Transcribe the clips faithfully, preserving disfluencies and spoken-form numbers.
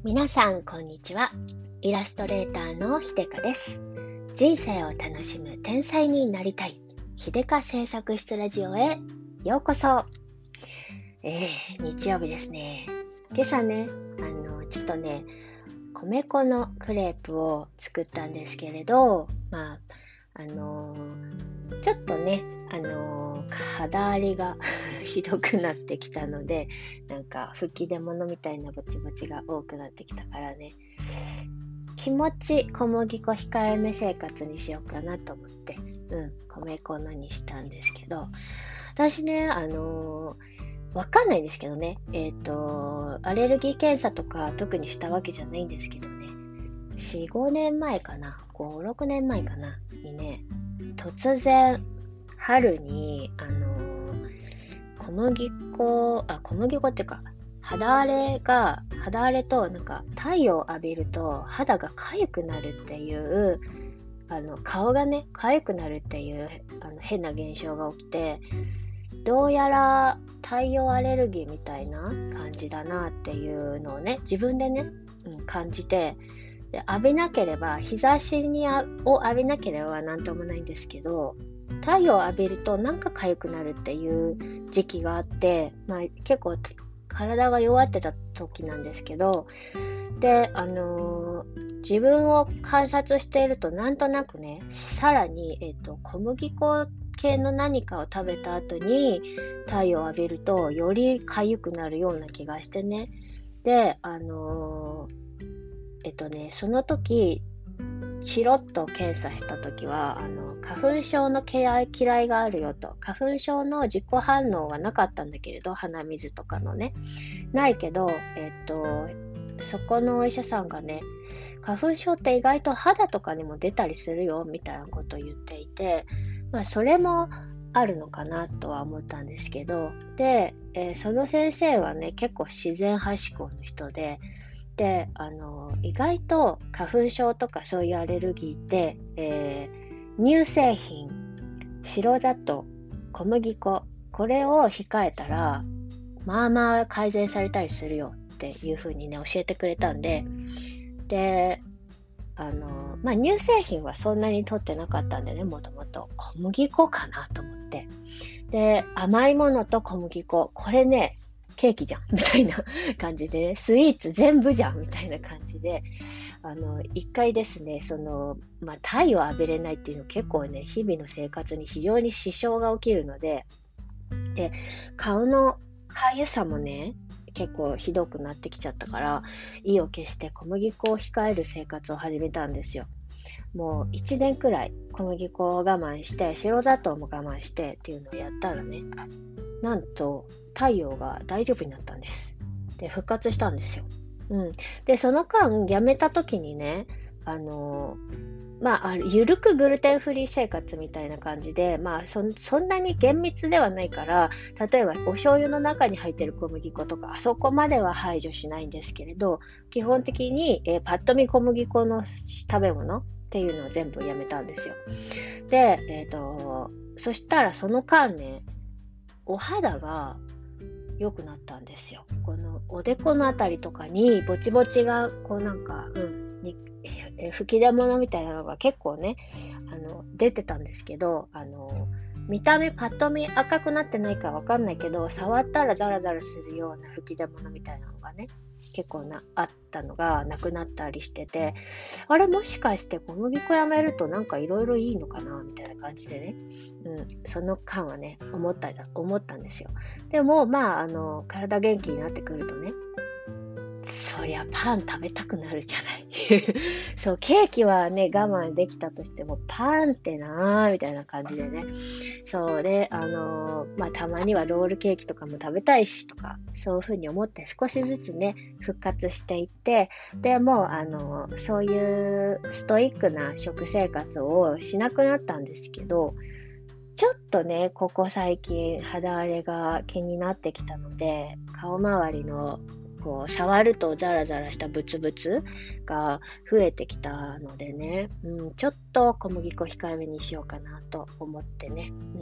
皆さんこんにちは。イラストレーターのひでかです。人生を楽しむ天才になりたいひでか製作室ラジオへようこそ。えー、日曜日ですね。今朝ね、あのちょっとね米粉のクレープを作ったんですけれど、まああのー、ちょっとねあのー、肌荒れがひどくなってきたので、なんか吹き出物みたいなぼちぼちが多くなってきたからね、気持ち小麦粉控えめ生活にしようかなと思って、うん、米粉のにしたんですけど、私ね、あのー、わかんないんですけどね、えっと、アレルギー検査とか特にしたわけじゃないんですけどね、よん、ごねんまえかな、ご、ろくねんまえかな、にね、突然、春に、あのー、小麦粉、あ、小麦粉っていうか、肌荒れが、肌荒れと、なんか、太陽を浴びると肌が痒くなるっていう、あの、顔がね、痒くなるっていう、あの、変な現象が起きて、どうやら太陽アレルギーみたいな感じだなっていうのをね、自分でね、うん、感じて、で浴びなければ、日差しにあを浴びなければなんともないんですけど、太陽を浴びるとなんか痒くなるっていう時期があって、まあ、結構体が弱ってた時なんですけど、で、あのー、自分を観察しているとなんとなくね、さらに、えっと、小麦粉系の何かを食べた後に太陽を浴びるとより痒くなるような気がしてね。で、あのー、えっとね、その時、チロッと検査した時は、あの、花粉症の嫌い、嫌いがあるよと。花粉症の自己反応はなかったんだけれど、鼻水とかのね。ないけど、えっと、そこのお医者さんがね、花粉症って意外と肌とかにも出たりするよ、みたいなことを言っていて、まあ、それもあるのかなとは思ったんですけど、で、えーその先生はね、結構自然派志向の人で、で、あの、意外と花粉症とかそういうアレルギーって、えー乳製品、白砂糖、小麦粉、これを控えたら、まあまあ改善されたりするよっていう風にね、教えてくれたんで、で、あの、まあ乳製品はそんなに取ってなかったんでね、もともと。小麦粉かなと思って。で、甘いものと小麦粉、これね、ケーキじゃんみたいな感じで、ね、スイーツ全部じゃんみたいな感じで、あの、一回ですね、その、まあ、太陽を浴びれないっていうの結構ね、日々の生活に非常に支障が起きるので、で、顔のかゆさもね、結構ひどくなってきちゃったから、意を決して小麦粉を控える生活を始めたんですよ。もういちねんくらい小麦粉を我慢して、白砂糖も我慢してっていうのをやったらね、なんと太陽が大丈夫になったんです。で、復活したんですよ。うん。で、その間、やめた時にね、あのー、まあ、ゆるくグルテンフリー生活みたいな感じで、まあそ、そんなに厳密ではないから、例えばお醤油の中に入ってる小麦粉とか、あそこまでは排除しないんですけれど、基本的に、えー、パッと見小麦粉の食べ物っていうのを全部やめたんですよ。で、えっと、そしたらその間ね、お肌が良くなったんですよ。このおでこのあたりとかにぼちぼちがこうなんか、うん、にえ吹き出物みたいなのが結構ね、あの出てたんですけど、あの見た目パッと見赤くなってないかわかんないけど、触ったらザラザラするような吹き出物みたいなのがね、結構なあったのがなくなったりしてて、あれもしかして小麦粉やめるとなんかいろいろいいのかなみたいな感じでね、うん、その間はね思った思ったんですよ。でもまああの体元気になってくるとね、そりゃパン食べたくなるじゃないそう、ケーキはね我慢できたとしてもパンってなーみたいな感じでね、そうで、あのー、まあたまにはロールケーキとかも食べたいしとか、そういうふうに思って少しずつね復活していって、でもうあのー、そういうストイックな食生活をしなくなったんですけど、ちょっとねここ最近肌荒れが気になってきたので、顔周りのこう触るとザラザラしたブツブツが増えてきたのでね、うん、ちょっと小麦粉控えめにしようかなと思ってね、うん、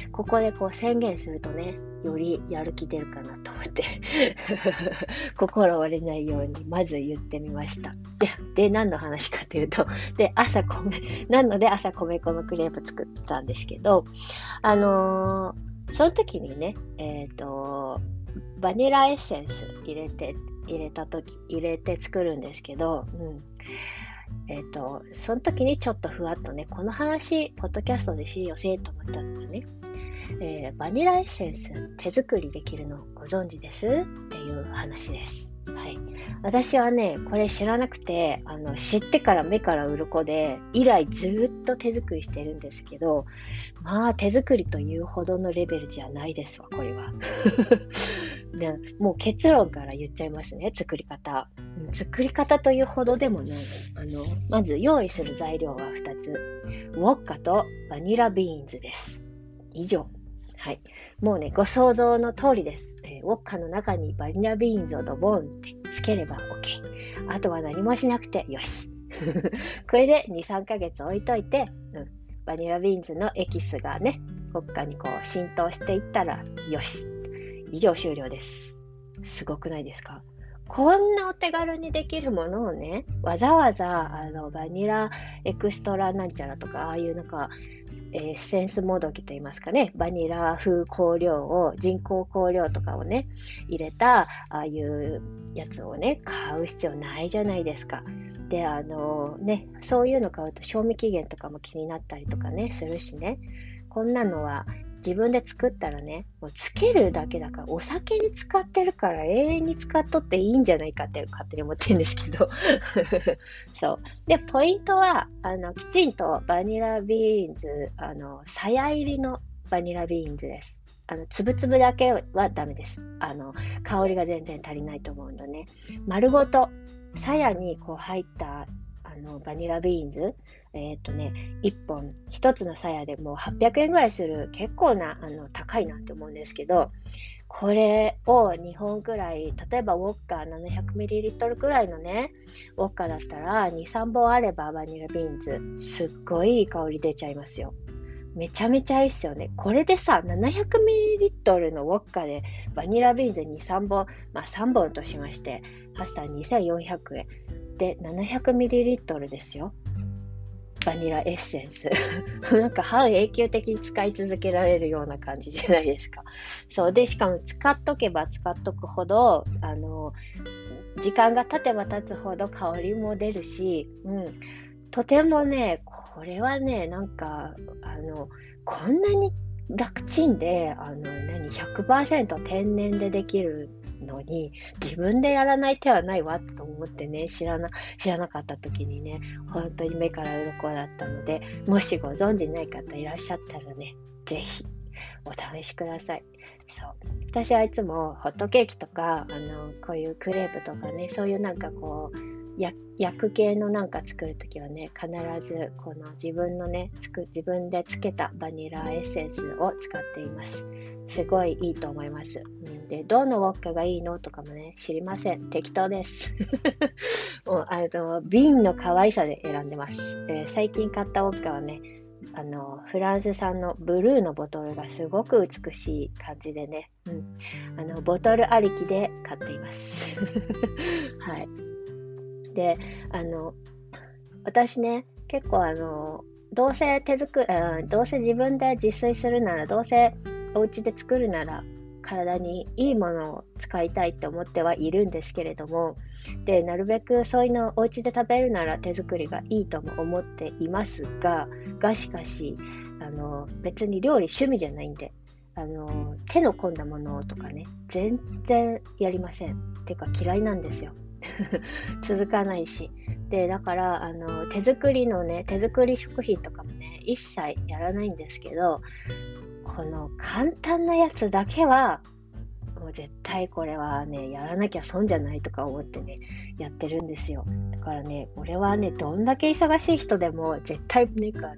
ここでこう宣言するとね、よりやる気出るかなと思って心折れないようにまず言ってみました。で、で何の話かというと、で朝米なので朝米粉のクレープ作ったんですけど、あのー、その時にね、えっとバニラエッセンス入れて入れた時入れて作るんですけど、うん、えっとその時にちょっとふわっとね、この話ポッドキャストでしようせと思ったのがね、えー、バニラエッセンス手作りできるのご存知ですっていう話です。はい、私はねこれ知らなくて、あの知ってから目から鱗で以来ずっと手作りしてるんですけど、まあ手作りというほどのレベルじゃないですわ、これは。でもう結論から言っちゃいますね、作り方。作り方というほどでもない。あのまず用意する材料はふたつ。ウォッカとバニラビーンズです。以上。はい。もうね、ご想像の通りです。えー、ウォッカの中にバニラビーンズをドボンってつければ OK。あとは何もしなくてよし。これでに、さんかげつ置いといて、うん、バニラビーンズのエキスがね、ウォッカにこう浸透していったらよし。以上終了です。すごくないですか？こんなお手軽にできるものをね、わざわざあのバニラエクストラなんちゃらとか、ああいうなんかエッセンスもどきといいますかね、バニラ風香料を、人工香料とかをね入れたああいうやつをね買う必要ないじゃないですか。で、あのね、そういうの買うと賞味期限とかも気になったりとかねするしね、こんなのは自分で作ったらね、もうつけるだけだから、お酒に使ってるから永遠に使っとっていいんじゃないかって勝手に思ってるんですけどそうで、ポイントはあのきちんとバニラビーンズ、あのさや入りのバニラビーンズです。あのつぶつぶだけはダメです。あの香りが全然足りないと思うのでね、丸ごとさやにこう入ったあのバニラビーンズ、えっとね、いっぽん、ひとつのさやでもうはっぴゃくえんぐらいする、結構なあの高いなって思うんですけど、これをにほんくらい、例えばウォッカ ななひゃくミリリットル くらいのねウォッカだったらに、さんぼんあればバニラビーンズすっごいいい香り出ちゃいますよ。めちゃめちゃいいっすよね。これでさ、ななひゃくミリリットル のウォッカでバニラビーンズに、さんぼん、まあさんぼんとしましてはっさんにせんよんひゃくえんで ななひゃくミリリットル ですよ。バニラエッセンスなんか半永久的に使い続けられるような感じじゃないですか。そうで、しかも使っとけば使っとくほど、あの時間が経てば経つほど香りも出るし、うん、とてもね、これはね、なんかあのこんなに楽ちんで、あの何 ひゃくパーセント 天然でできるのに自分でやらない手はないわと思ってね、知らな知らなかった時にね、本当に目から鱗だったので、もしご存知ない方いらっしゃったらね、ぜひお試しください。そう、私はいつもホットケーキとか、あのこういうクレープとかね、そういうなんかこうや焼く系のなんか作るときはね、必ずこの自分のねつく自分でつけたバニラエッセンスを使っています。すごいいいと思います。うん、で、どのウォッカがいいのとかもね知りません。適当ですもうあの瓶の可愛さで選んでます。えー、最近買ったウォッカはね、あのフランス産のブルーのボトルがすごく美しい感じでね、うん、あのボトルありきで買っていますはい。で、あの私ね、結構あのどうせ手作り、どうせ自分で自炊するなら、どうせお家で作るなら体にいいものを使いたいって思ってはいるんですけれども、でなるべくそういうのをお家で食べるなら手作りがいいとも思っていますが、がしかしあの別に料理趣味じゃないんで、あの手の込んだものとかね、全然やりません。っていうか嫌いなんですよ続かないし。で、だからあの手作りのね、手作り食品とかもね一切やらないんですけど、この簡単なやつだけはもう絶対これはねやらなきゃ損じゃないとか思ってねやってるんですよ。だからね、俺はねどんだけ忙しい人でも絶対なんかね、あのウ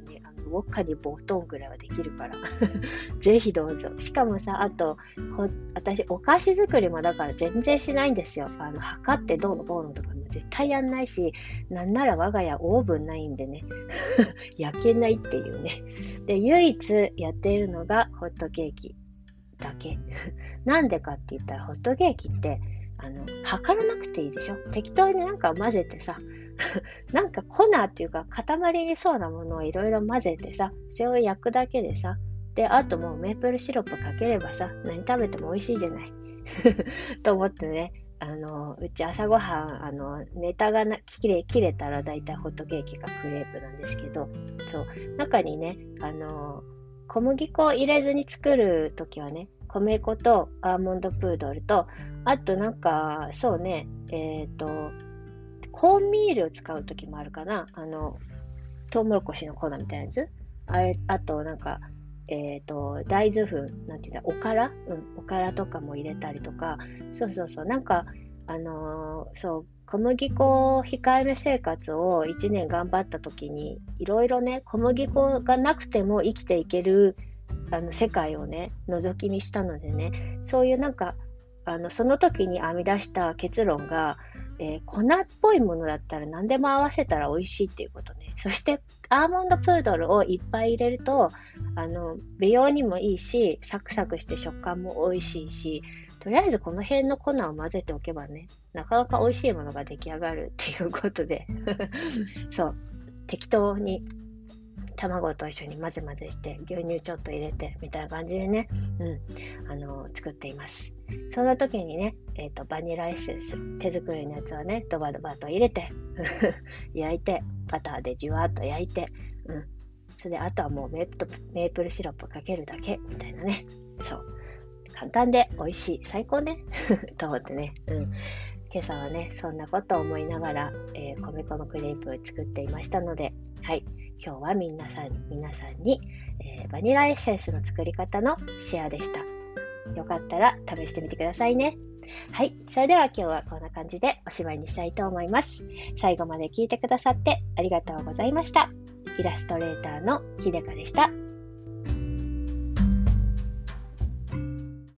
ウォッカにボトンぐらいはできるからぜひどうぞ。しかもさ、あとほ私お菓子作りもだから全然しないんですよ。あの測ってどうのこうのとかも絶対やんないし、なんなら我が家オーブンないんでね焼けないっていうね。で唯一やっているのがホットケーキだけなんでかって言ったら、ホットケーキってあの測らなくていいでしょ。適当になんか混ぜてさなんか粉っていうか塊にそうなものをいろいろ混ぜてさ、それを焼くだけでさ、であともうメープルシロップかければさ、何食べても美味しいじゃないと思ってね、あのうち朝ごはんあのネタがな切れ切れたらだいたいホットケーキかクレープなんですけど、そう中にね、あの小麦粉を入れずに作るときはね、米粉とアーモンドプードルと、あとなんかそうね、えっとコーンミールを使うときもあるかな。あのトウモロコシの粉みたいなやつ、あれ、あとなんかえっと大豆粉なんていうんだ、おからうんおからとかも入れたりとか、そうそうそう、なんかあのーそう小麦粉控えめ生活をいちねん頑張ったときに、いろいろね、小麦粉がなくても生きていけるあの世界をね覗き見したのでね、そういうなんかあのその時に編み出した結論が、えー粉っぽいものだったら何でも合わせたら美味しいっていうことね。そしてアーモンドプードルをいっぱい入れると、あの美容にもいいし、サクサクして食感も美味しいし、とりあえずこの辺の粉を混ぜておけばね、なかなか美味しいものが出来上がるっていうことでそう適当に卵と一緒に混ぜ混ぜして牛乳ちょっと入れてみたいな感じでね、うん、あの作っています。その時にね、えーと、バニラエッセンス、手作りのやつはね、ドバドバと入れて焼いて、バターでじわーっと焼いて、うん、それであとはもうメープル、メープルシロップかけるだけみたいなね。そう簡単で美味しい、最高ねと思ってね、うん、今朝はねそんなことを思いながら、えー、米粉のクレープを作っていましたので、はい、今日は皆さん皆さんに、えー、バニラエッセンスの作り方のシェアでした。よかったら試してみてくださいね。はい、それでは今日はこんな感じでおしまいにしたいと思います。最後まで聞いてくださってありがとうございました。イラストレーターのひでかでした。